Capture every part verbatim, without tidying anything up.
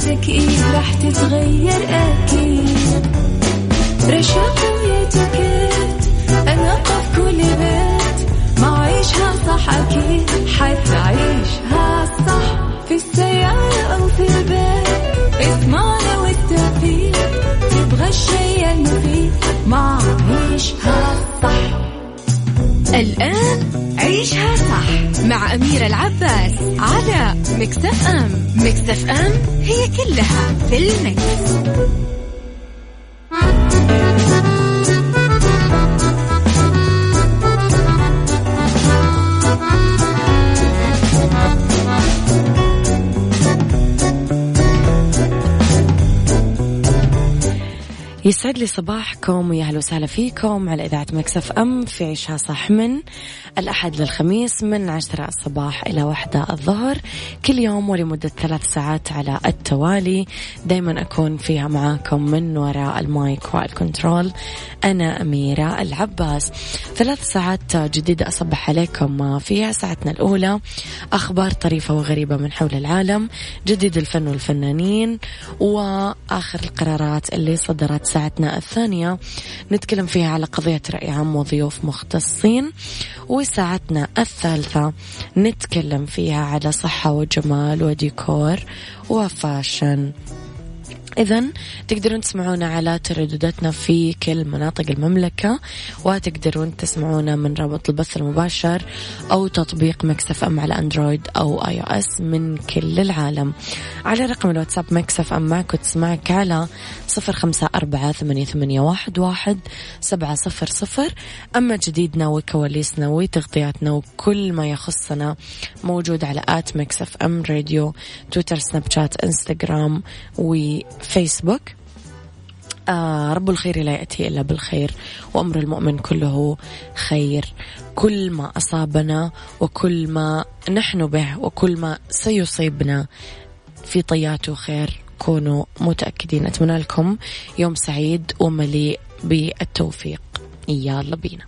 حياتك إيه راح تتغير أكيد. رشاق ويتكت أنا قف كل بيت ما عيشها صح أكيد حتعيشها صح في السيارة أو في البيت اسمعنا والتوفيق تبغى الشيء المفيد ما عيشها صح. الآن عيشها صح مع أميرة العباس على ميكس اف ام. ميكس اف ام هي كلها في الميكس. يسعد لي صباحكم ويا أهلا وسهلا فيكم على إذاعة ميكس اف ام في عيشها صح من الأحد للخميس من عشرة الصباح إلى واحدة الظهر كل يوم ولمدة ثلاث ساعات على التوالي. دايما أكون فيها معاكم من وراء المايك والكنترول أنا أميرة العباس. ثلاث ساعات جديدة أصبح عليكم فيها. ساعتنا الأولى أخبار طريفة وغريبة من حول العالم، جديد الفن والفنانين، وآخر القرارات اللي صدرت. ساعتنا الثانية نتكلم فيها على قضية رأي عام وضيوف مختصين. وساعتنا الثالثة نتكلم فيها على صحة وجمال وديكور وفاشن. إذن تقدرون تسمعونا على تردداتنا في كل مناطق المملكة، وتقدرون تسمعونا من رابط البث المباشر أو تطبيق ميكس اف ام على أندرويد أو آي أو إس من كل العالم. على رقم الواتساب ميكس اف ام معك وتسمعك على صفر خمسة أربعة ثمانية ثمانية واحد واحد سبعة صفر صفر. أما جديدنا وكواليسنا وتغطياتنا وكل ما يخصنا موجود على آت ميكس اف ام راديو، تويتر، سناب شات، إنستغرام وفيسبوك. آه رب الخير لا يأتي إلا بالخير وأمر المؤمن كله خير. كل ما أصابنا وكل ما نحن به وكل ما سيصيبنا في طياته خير، كونوا متأكدين. أتمنى لكم يوم سعيد ومليء بالتوفيق. يلا بينا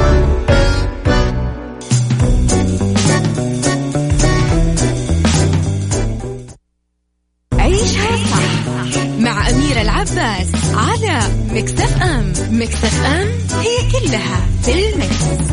عيشها صح مع أميرة العباس على ميكس اف ام. ميكس اف ام هي كلها في الميكس.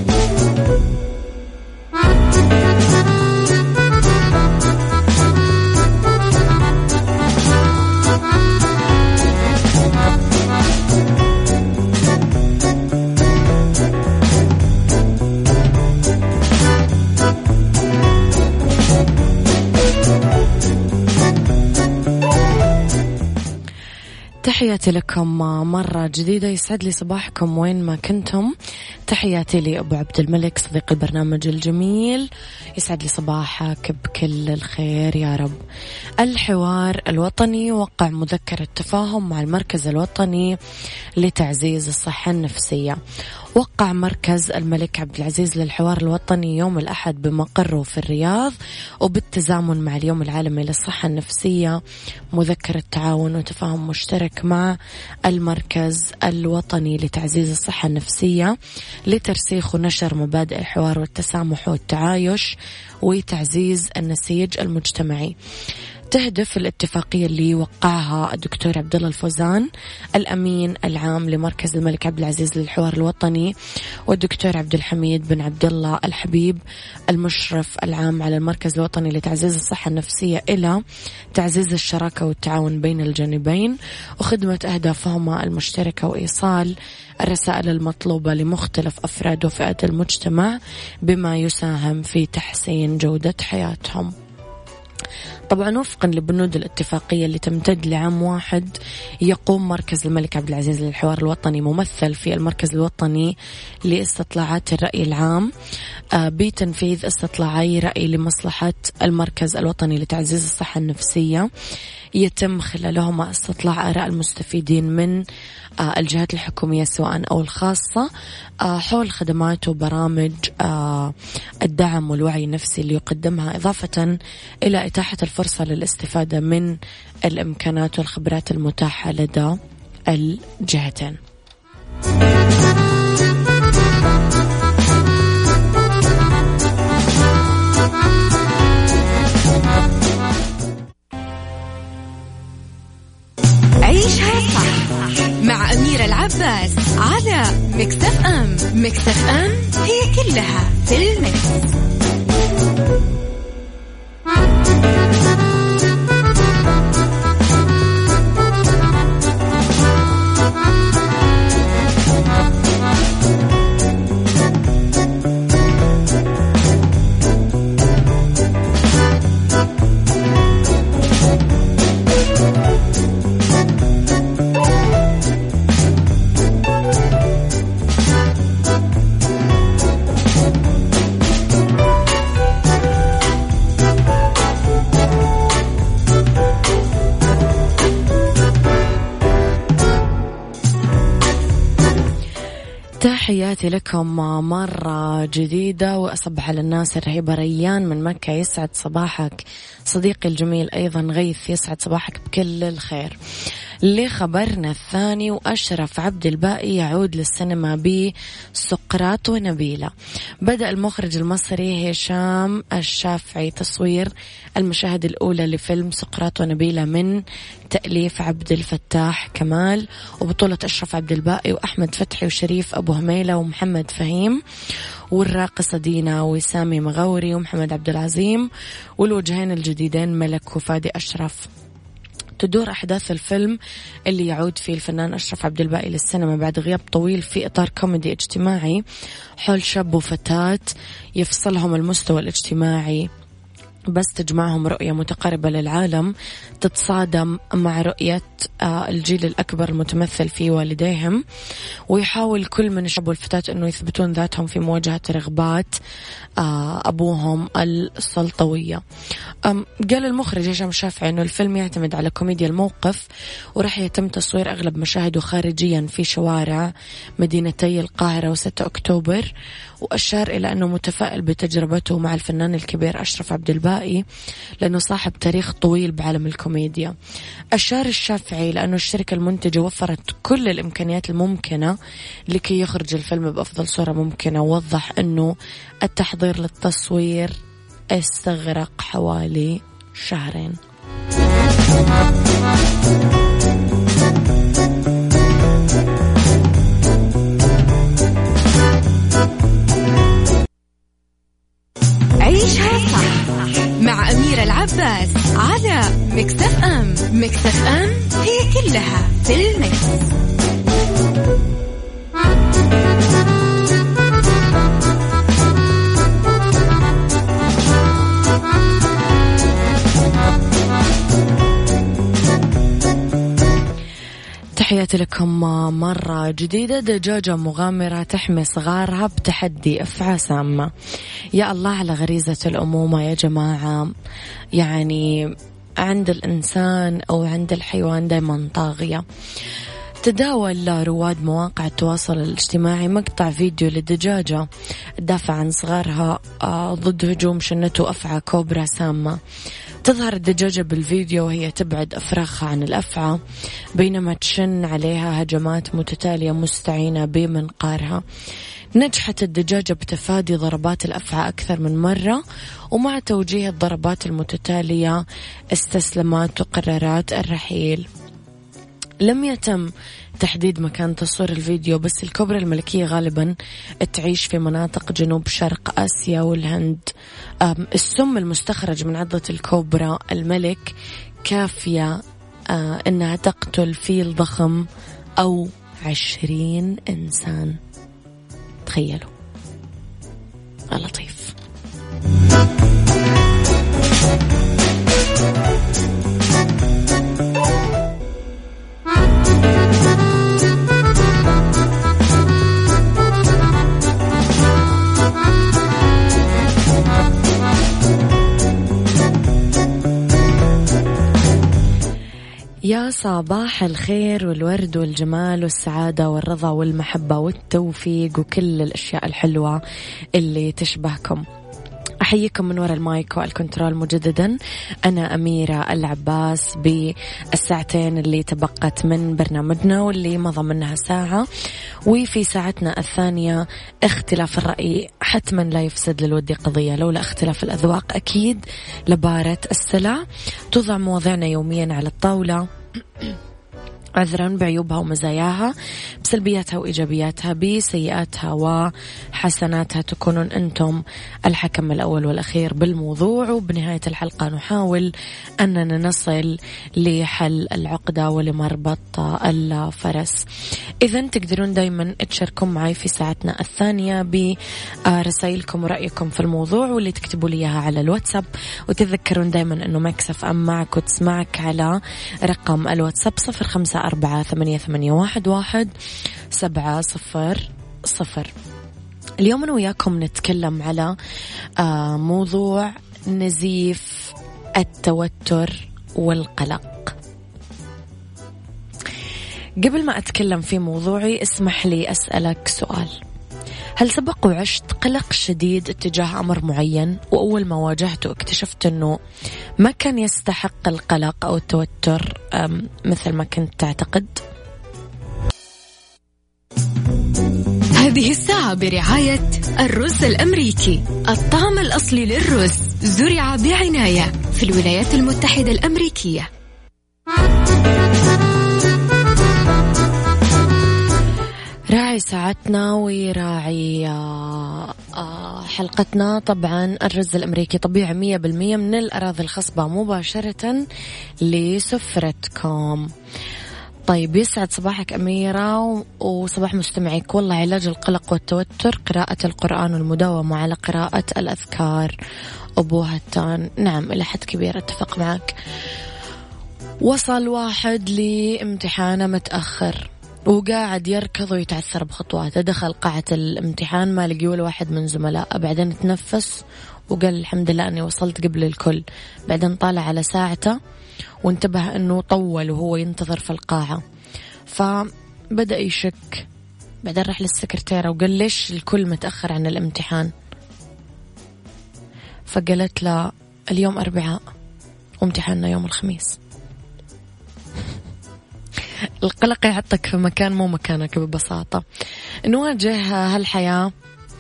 تحياتي لكم مرة جديدة، يسعد لي صباحكم وين ما كنتم. تحياتي لي أبو عبد الملك صديق البرنامج الجميل، يسعد لي صباحك بكل الخير يا رب. الحوار الوطني وقع مذكرة تفاهم مع المركز الوطني لتعزيز الصحة النفسية. وقع مركز الملك عبد العزيز للحوار الوطني يوم الأحد بمقره في الرياض، وبالتزامن مع اليوم العالمي للصحة النفسية، مذكرة تعاون وتفاهم مشترك مع المركز الوطني لتعزيز الصحة النفسية لترسيخ ونشر مبادئ الحوار والتسامح والتعايش وتعزيز النسيج المجتمعي. تهدف الاتفاقية اللي وقعها الدكتور عبد الله الفوزان الأمين العام لمركز الملك عبد العزيز للحوار الوطني، والدكتور عبد الحميد بن عبد الله الحبيب المشرف العام على المركز الوطني لتعزيز الصحة النفسية، إلى تعزيز الشراكة والتعاون بين الجانبين وخدمة أهدافهما المشتركة وإيصال الرسائل المطلوبة لمختلف أفراد وفئات المجتمع بما يساهم في تحسين جودة حياتهم. طبعا وفقا لبنود الاتفاقية اللي تمتد لعام واحد، يقوم مركز الملك عبد العزيز للحوار الوطني ممثل في المركز الوطني لاستطلاعات الرأي العام بتنفيذ استطلاعي رأي لمصلحة المركز الوطني لتعزيز الصحة النفسية، يتم خلالهما استطلاع آراء المستفيدين من الجهات الحكومية سواء أو الخاصة حول خدمات وبرامج الدعم والوعي النفسي اللي يقدمها، إضافة إلى إتاحة الفرصة للاستفادة من الإمكانات والخبرات المتاحة لدى الجهتين. أم. ميكس أف أم هي كلها في الميكس. تحياتي لكم مرة جديدة وأصبح على الناس الرهيبة. ريان من مكة يسعد صباحك. صديقي الجميل أيضا غيث يسعد صباحك بكل الخير. لخبرنا الثاني، وأشرف عبد الباقي يعود للسينما بسقراط ونبيلة. بدأ المخرج المصري هشام الشافعي تصوير المشاهد الأولى لفيلم سقراط ونبيلة من تأليف عبد الفتاح كمال وبطولة أشرف عبد الباقي وأحمد فتحي وشريف أبو هميلة ومحمد فهيم والراقصة دينا وسامي مغوري ومحمد عبد العظيم والوجهين الجديدين ملك وفادي أشرف. تدور أحداث الفيلم اللي يعود فيه الفنان أشرف عبد الباقي للسينما بعد غياب طويل في إطار كوميدي اجتماعي حول شاب وفتاة يفصلهم المستوى الاجتماعي بس تجمعهم رؤية متقاربة للعالم تتصادم مع رؤية الجيل الأكبر المتمثل في والديهم، ويحاول كل من الشاب والفتاة أنه يثبتون ذاتهم في مواجهة رغبات أبوهم السلطوية. قال المخرج هشام الشافعي أنه الفيلم يعتمد على كوميديا الموقف ورح يتم تصوير أغلب مشاهده خارجيا في شوارع مدينتي القاهرة وستة أكتوبر، وأشار إلى أنه متفائل بتجربته مع الفنان الكبير أشرف عبد الباقي لأنه صاحب تاريخ طويل بعالم الكوميديا. أشار الشافعي لأنه الشركة المنتجة وفرت كل الإمكانيات الممكنة لكي يخرج الفيلم بأفضل صورة ممكنة، ووضح أنه التحضير للتصوير استغرق حوالي شهرين. عيشها صح مع أميرة العباس على ميكس أف أم. ميكس أف أم هي كلها في الميكس. تحياتي لكم مرة جديدة. دجاجة مغامرة تحمي صغارها بتحدي أفعى سامة. يا الله على غريزة الأمومة يا جماعة، يعني عند الإنسان أو عند الحيوان دايما طاغية. تداول رواد مواقع التواصل الاجتماعي مقطع فيديو للدجاجة تدافع عن صغارها ضد هجوم شنته أفعى كوبرا سامة. تظهر الدجاجة بالفيديو وهي تبعد أفراخها عن الأفعى بينما تشن عليها هجمات متتالية مستعينة بمنقارها. نجحت الدجاجة بتفادي ضربات الأفعى أكثر من مرة، ومع توجيه الضربات المتتالية استسلمت وقررت الرحيل. لم يتم تحديد مكان تصوير الفيديو، بس الكوبرا الملكية غالبا تعيش في مناطق جنوب شرق آسيا والهند. السم المستخرج من عضة الكوبرا الملك كافية أنها تقتل فيل ضخم أو عشرين إنسان. تخيلوا، لطيف. يا صباح الخير والورد والجمال والسعادة والرضا والمحبة والتوفيق وكل الأشياء الحلوة اللي تشبهكم. أحييكم من وراء المايك والكنترول مجددا. أنا أميرة العباس بالساعتين اللي تبقت من برنامجنا واللي مضى منها ساعة. وفي ساعتنا الثانية اختلاف الرأي حتما لا يفسد للود قضية، لولا اختلاف الأذواق أكيد لبارة السلع. توضع مواضيعنا يوميا على الطاولة عذرا بعيوبها ومزاياها، بسلبياتها وإيجابياتها، بسيئاتها وحسناتها. تكونون أنتم الحكم الأول والأخير بالموضوع، وبنهاية الحلقة نحاول أننا نصل لحل العقدة ولمربط الفرس. إذن تقدرون دايما تشاركون معي في ساعتنا الثانية برسائلكم ورأيكم في الموضوع، واللي تكتبوا لي إياها على الواتساب. وتذكرون دايما أنه مكس اف ام معك وتسمعك على رقم الواتساب صفر خمسة أربعة ثمانية ثمانية واحد واحد سبعة صفر صفر. اليوم أنا وياكم نتكلم على موضوع نزيف التوتر والقلق. قبل ما أتكلم في موضوعي اسمح لي أسألك سؤال: هل سبق وعشت قلق شديد اتجاه أمر معين، وأول ما واجهته اكتشفت أنه ما كان يستحق القلق أو التوتر مثل ما كنت تعتقد؟ هذه الساعة برعاية الرز الأمريكي، الطعم الأصلي للرز، زرع بعناية في الولايات المتحدة الأمريكية. راعي ساعتنا وراعي حلقتنا طبعا الرز الأمريكي، طبيعي مية بالمية من الأراضي الخصبة مباشرة لسفرتكم. طيب يسعد صباحك أميرة وصباح مستمعيك. والله علاج القلق والتوتر قراءة القرآن والمداومة على قراءة الأذكار. أبو هتان، نعم إلى حد كبير أتفق معك. وصل واحد لامتحانه متأخر وقاعد يركض ويتعثر بخطواته، دخل قاعة الامتحان ما لقي ولا واحد من زملائه، بعدين تنفس وقال الحمد لله أني وصلت قبل الكل. بعدين طالع على ساعته وانتبه أنه طول وهو ينتظر في القاعة، فبدأ يشك. بعدين راح للسكرتيرة وقال ليش الكل متأخر عن الامتحان؟ فقالت له اليوم أربعاء وامتحاننا يوم الخميس. القلق يحطك في مكان مو مكانك ببساطة. نواجه هالحياة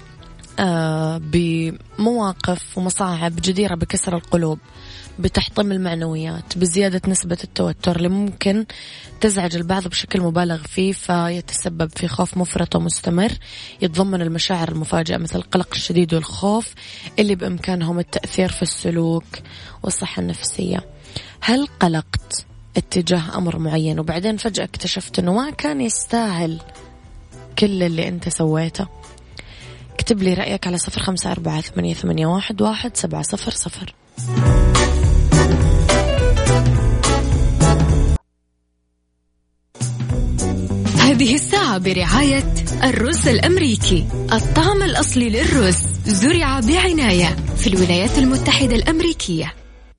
بمواقف ومصاعب جديرة بكسر القلوب، بتحطيم المعنويات، بزيادة نسبة التوتر اللي ممكن تزعج البعض بشكل مبالغ فيه، فيتسبب في خوف مفرط ومستمر يتضمن المشاعر المفاجئة مثل القلق الشديد والخوف اللي بإمكانهم التأثير في السلوك والصحة النفسية. هل قلقت اتجاه أمر معين وبعدين فجأة اكتشفت أنه ما كان يستاهل كل اللي أنت سويته؟ اكتب لي رأيك على صفر خمسة أربعة ثمانية ثمانية واحد واحد سبعة صفر صفر. هذه الساعة برعاية الرز الأمريكي، الطعم الأصلي للرز، زرع بعناية في الولايات المتحدة الأمريكية.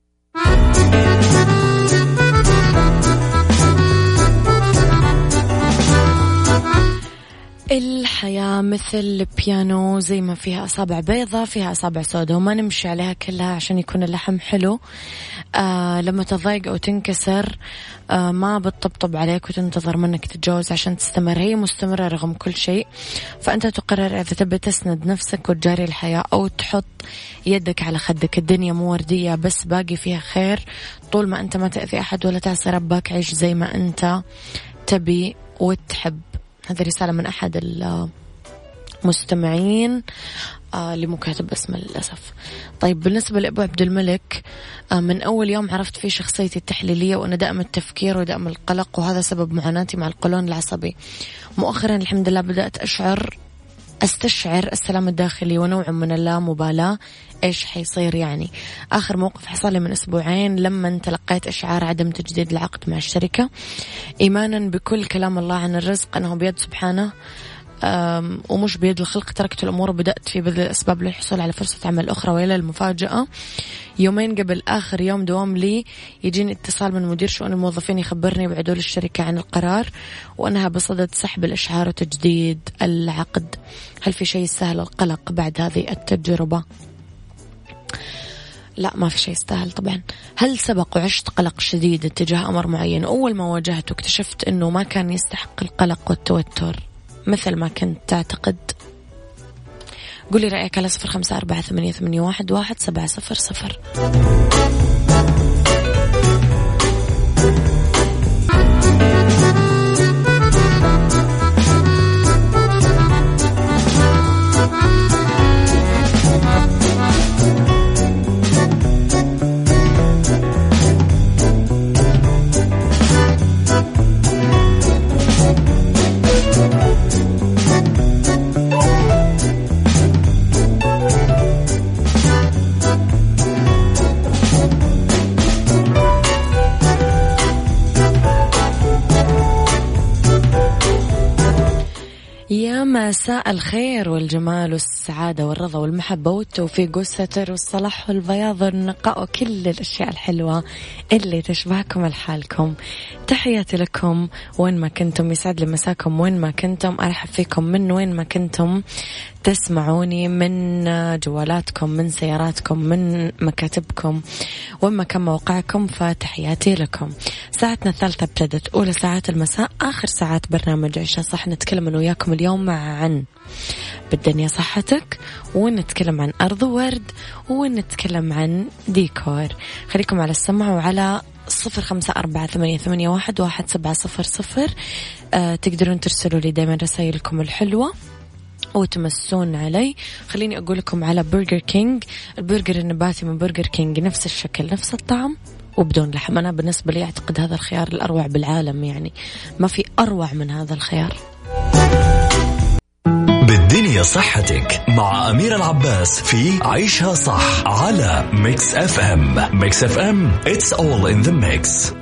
الحياة مثل البيانو، زي ما فيها أصابع بيضة فيها أصابع سوداء، وما نمشي عليها كلها عشان يكون اللحم حلو. آه لما تضايق أو تنكسر آه ما بتطبطب عليك وتنتظر منك تتجاوز عشان تستمر، هي مستمرة رغم كل شيء. فأنت تقرر إذا تبي تسند نفسك وتجاري الحياة أو تحط يدك على خدك. الدنيا مو وردية بس باقي فيها خير طول ما أنت ما تأذي أحد ولا تعصي ربك. عيش زي ما أنت تبي وتحب. هذه رسالة من أحد المستمعين آه اللي مو كاتب اسمه للأسف. طيب بالنسبة لأبو عبد الملك، آه من أول يوم عرفت فيه شخصيتي التحليلية وأنا دائم التفكير ودائم القلق، وهذا سبب معاناتي مع القولون العصبي. مؤخرا الحمد لله بدأت أشعر أستشعر السلام الداخلي ونوع من اللامبالاة إيش حيصير يعني. آخر موقف حصل لي من أسبوعين لما تلقيت إشعار عدم تجديد العقد مع الشركة، إيمانا بكل كلام الله عن الرزق أنه بيد سبحانه ومش بيد الخلق. تركت الأمور وبدأت في بذل الأسباب للحصول على فرصة عمل أخرى، وإلى المفاجأة يومين قبل آخر يوم دوام لي يجيني اتصال من مدير شؤون الموظفين يخبرني بعدول الشركة عن القرار وأنها بصدد سحب الإشعار وتجديد العقد. هل في شيء يستاهل القلق بعد هذه التجربة؟ لا، ما في شيء يستاهل طبعا. هل سبق وعشت قلق شديد اتجاه أمر معين أول ما واجهته اكتشفت أنه ما كان يستحق القلق والتوتر مثل ما كنت تعتقد؟ قولي رأيك على صفر خمسة أربعة ثمانية ثمانية واحد واحد سبعة صفر صفر. مساء الخير والجمال والسعادة والرضا والمحبة والتوفيق والستر والصلاح والبياض والنقاء وكل الأشياء الحلوة اللي تشبهكم لحالكم. تحياتي لكم وين ما كنتم، يسعد لي مساكم وين ما كنتم. أرحب فيكم من وين ما كنتم تسمعوني، من جوالاتكم، من سياراتكم، من مكاتبكم، وين ما كان موقعكم، فتحياتي لكم. ساعتنا الثالثة ابتدت، أولى ساعات المساء، آخر ساعات برنامج عيشها صح. نتكلم أنا وياكم اليوم عن بالدنيا صحتك، ونتكلم عن أرض ورد، ونتكلم عن ديكور. خليكم على السمع وعلى صفر خمسة أربعة ثمانية ثمانية واحد واحد سبعة صفر صفر. أه تقدرون ترسلوا لي دايما رسائلكم الحلوة وتمسون علي. خليني أقول لكم على برجر كينج، البرجر النباتي من برجر كينج، نفس الشكل نفس الطعم وبدون لحم. أنا بالنسبة لي أعتقد هذا الخيار الأروع بالعالم، يعني ما في أروع من هذا الخيار. بالدنيا صحتك مع أميرة العباس في عيشها صح على ميكس اف ام. ميكس اف ام it's all in the mix.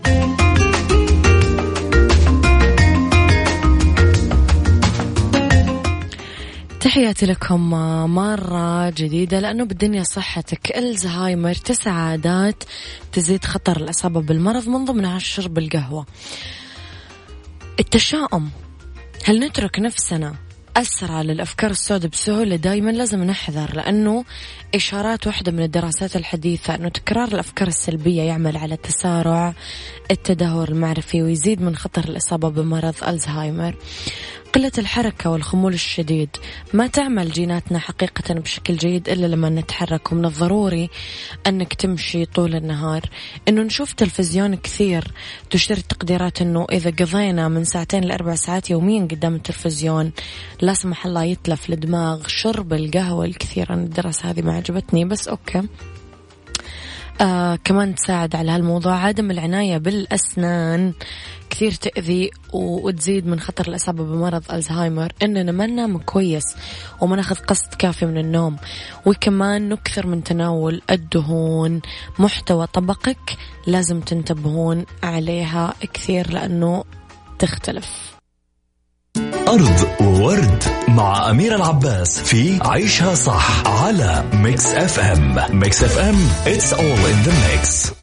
تحياتي لكم مرة جديدة. لأنه بالدنيا صحتك، الزهايمر تسع عادات تزيد خطر الإصابة بالمرض، من ضمنها شرب القهوة. التشاؤم، هل نترك نفسنا أسرع للأفكار السوداء بسهولة؟ دايما لازم نحذر، لأنه إشارات واحدة من الدراسات الحديثة أنه تكرار الأفكار السلبية يعمل على تسارع التدهور المعرفي ويزيد من خطر الإصابة بمرض الزهايمر. قلة الحركة والخمول الشديد، ما تعمل جيناتنا حقيقة بشكل جيد إلا لما نتحرك، ومن الضروري أنك تمشي طول النهار. أنه نشوف تلفزيون كثير، تشير التقديرات أنه إذا قضينا من ساعتين لأربع ساعات يوميا قدام التلفزيون لا سمح الله يتلف الدماغ. شرب القهوة الكثير، أنا الدراسة هذه ما عجبتني بس أوكي. آه كمان تساعد على هالموضوع. عدم العناية بالأسنان كثير تأذي وتزيد من خطر الإصابة بمرض الزهايمر. إننا ما ننام كويس وما ناخذ قسط كافي من النوم، وكمان نكثر من تناول الدهون. محتوى طبقك لازم تنتبهون عليها كثير لأنه تختلف. أرض وورد مع أميرة العباس في عيشها صح على ميكس اف ام. ميكس اف ام it's all in the mix.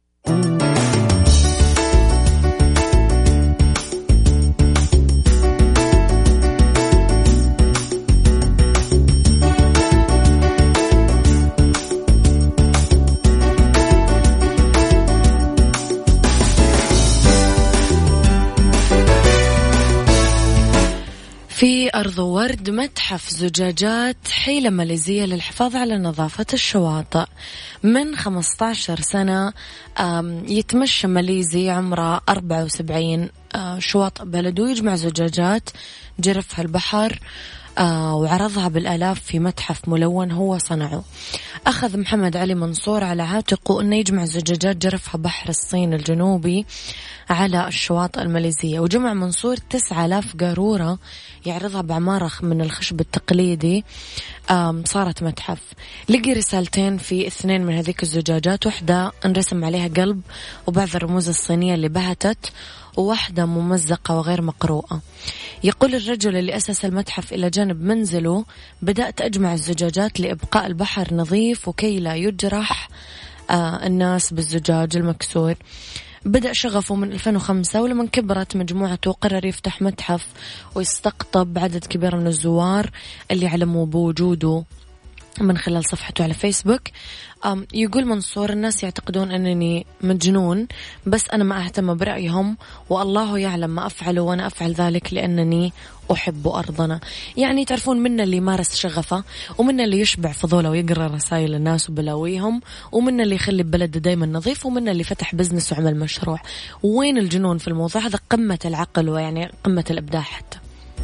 في أرض ورد متحف زجاجات حيلة ماليزية للحفاظ على نظافة الشواطئ. من خمسة عشر سنة يتمشى ماليزي عمره أربعة وسبعين شواطئ بلده، يجمع زجاجات جرفها البحر وعرضها بالآلاف في متحف ملون هو صنعه. أخذ محمد علي منصور على عاتقه أنه يجمع زجاجات جرفها بحر الصين الجنوبي على الشواطئ الماليزية، وجمع منصور تسعة آلاف قارورة يعرضها بعمارة من الخشب التقليدي. صارت متحف. لقي رسالتين في اثنين من هذيك الزجاجات، واحدة انرسم عليها قلب وبعض الرموز الصينية اللي بهتت، وواحدة ممزقة وغير مقروءة. يقول الرجل اللي أسس المتحف إلى جانب منزله بدأت أجمع الزجاجات لإبقاء البحر نظيف وكي لا يجرح آه الناس بالزجاج المكسور. بدأ شغفه من ألفين وخمسة، ولما كبرت مجموعته قرر يفتح متحف ويستقطب عدد كبير من الزوار اللي علموا بوجوده من خلال صفحته على فيسبوك. يقول منصور: الناس يعتقدون أنني مجنون، بس أنا ما أهتم برأيهم، والله يعلم ما أفعله، وأنا أفعل ذلك لأنني أحب أرضنا. يعني تعرفون، منا اللي مارس شغفه، ومنا اللي يشبع فضوله ويقرأ رسائل الناس وبلاويهم، ومنا اللي يخلي بلده دايما نظيف، ومنا اللي فتح بزنس وعمل مشروع. وين الجنون في الموضوع؟ هذا قمة العقل ويعني قمة الإبداع حتى.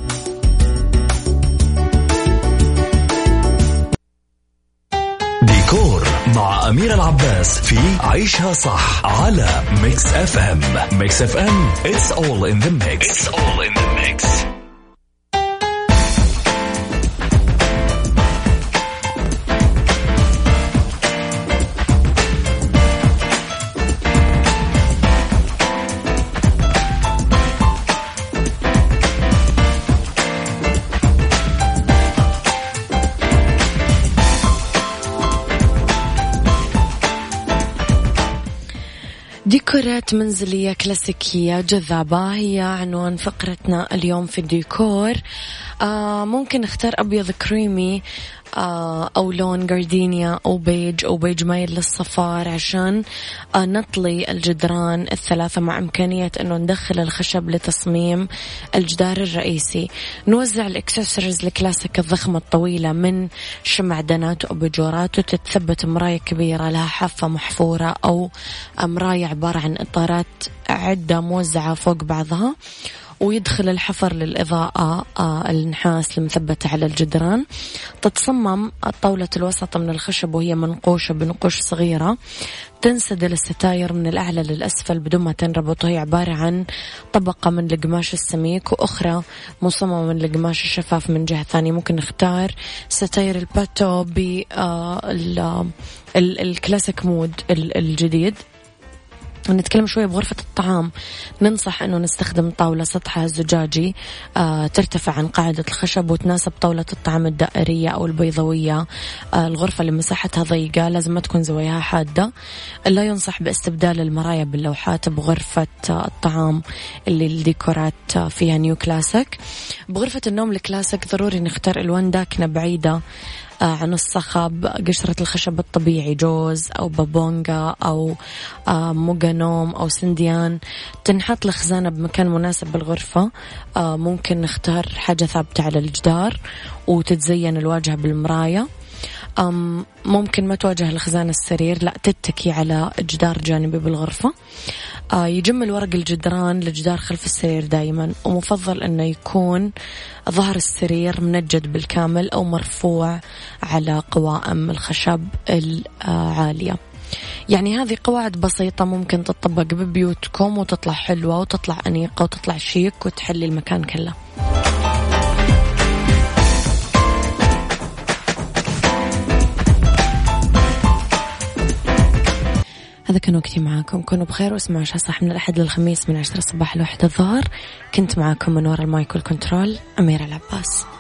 ديكور مع أميرة العباس في عيشها صح على ميكس اف ام. ميكس اف ام it's all in the mix. It's all in the mix. ديكورات منزلية كلاسيكية جذابة هي عنوان فقرتنا اليوم في الديكور. آه ممكن نختار أبيض كريمي آه أو لون جاردينيا أو بيج أو بيج مايل للصفار عشان آه نطلي الجدران الثلاثة، مع إمكانية أنه ندخل الخشب لتصميم الجدار الرئيسي. نوزع الإكسسوارز الكلاسيك الضخمة الطويلة من شمعدانات وأباجورات، وتتثبت مراية كبيرة لها حافة محفورة أو مراية عبارة عن إطارات عدة موزعة فوق بعضها، ويدخل الحفر للإضاءة آه النحاس المثبتة على الجدران. تتصمم طاولة الوسط من الخشب وهي منقوشة بنقوش صغيرة، تنسدل الستاير من الأعلى للأسفل بدون ما تنربط، وهي عبارة عن طبقة من القماش السميك وأخرى مصممة من القماش الشفاف من جهة ثانية. ممكن نختار ستاير الباتو بالكلاسيك مود الجديد. نتكلم شوية بغرفة الطعام. ننصح أنه نستخدم طاولة سطحها زجاجي آه ترتفع عن قاعدة الخشب وتناسب طاولة الطعام الدائرية أو البيضاوية. آه الغرفة اللي مساحتها ضيقة لازم ما تكون زواياها حادة. لا ينصح باستبدال المرايا باللوحات بغرفة آه الطعام اللي الديكورات آه فيها نيو كلاسيك. بغرفة النوم الكلاسيك ضروري نختار ألوان داكنة بعيدة عن الصخب، قشرة الخشب الطبيعي، جوز أو بابونجا أو موغانوم أو سنديان. تنحط الخزانة بمكان مناسب بالغرفة. ممكن نختار حاجة ثابتة على الجدار وتتزين الواجهة بالمراية. ممكن ما تواجه الخزانة السرير، لا تتكي على جدار جانبي بالغرفة. يجمل ورق الجدران لجدار خلف السرير دائما، ومفضل أنه يكون ظهر السرير منجد بالكامل أو مرفوع على قوائم الخشب العالية. يعني هذه قواعد بسيطة ممكن تطبق ببيوتكم وتطلع حلوة وتطلع أنيقة وتطلع شيك وتحلي المكان كله. هذا كان وقتي معاكم، كونوا بخير واسمعوا عشاء صح من الأحد للخميس من عشرة الصباح لواحدة الظهر. كنت معاكم من وراء المايك والكنترول أميرة العباس.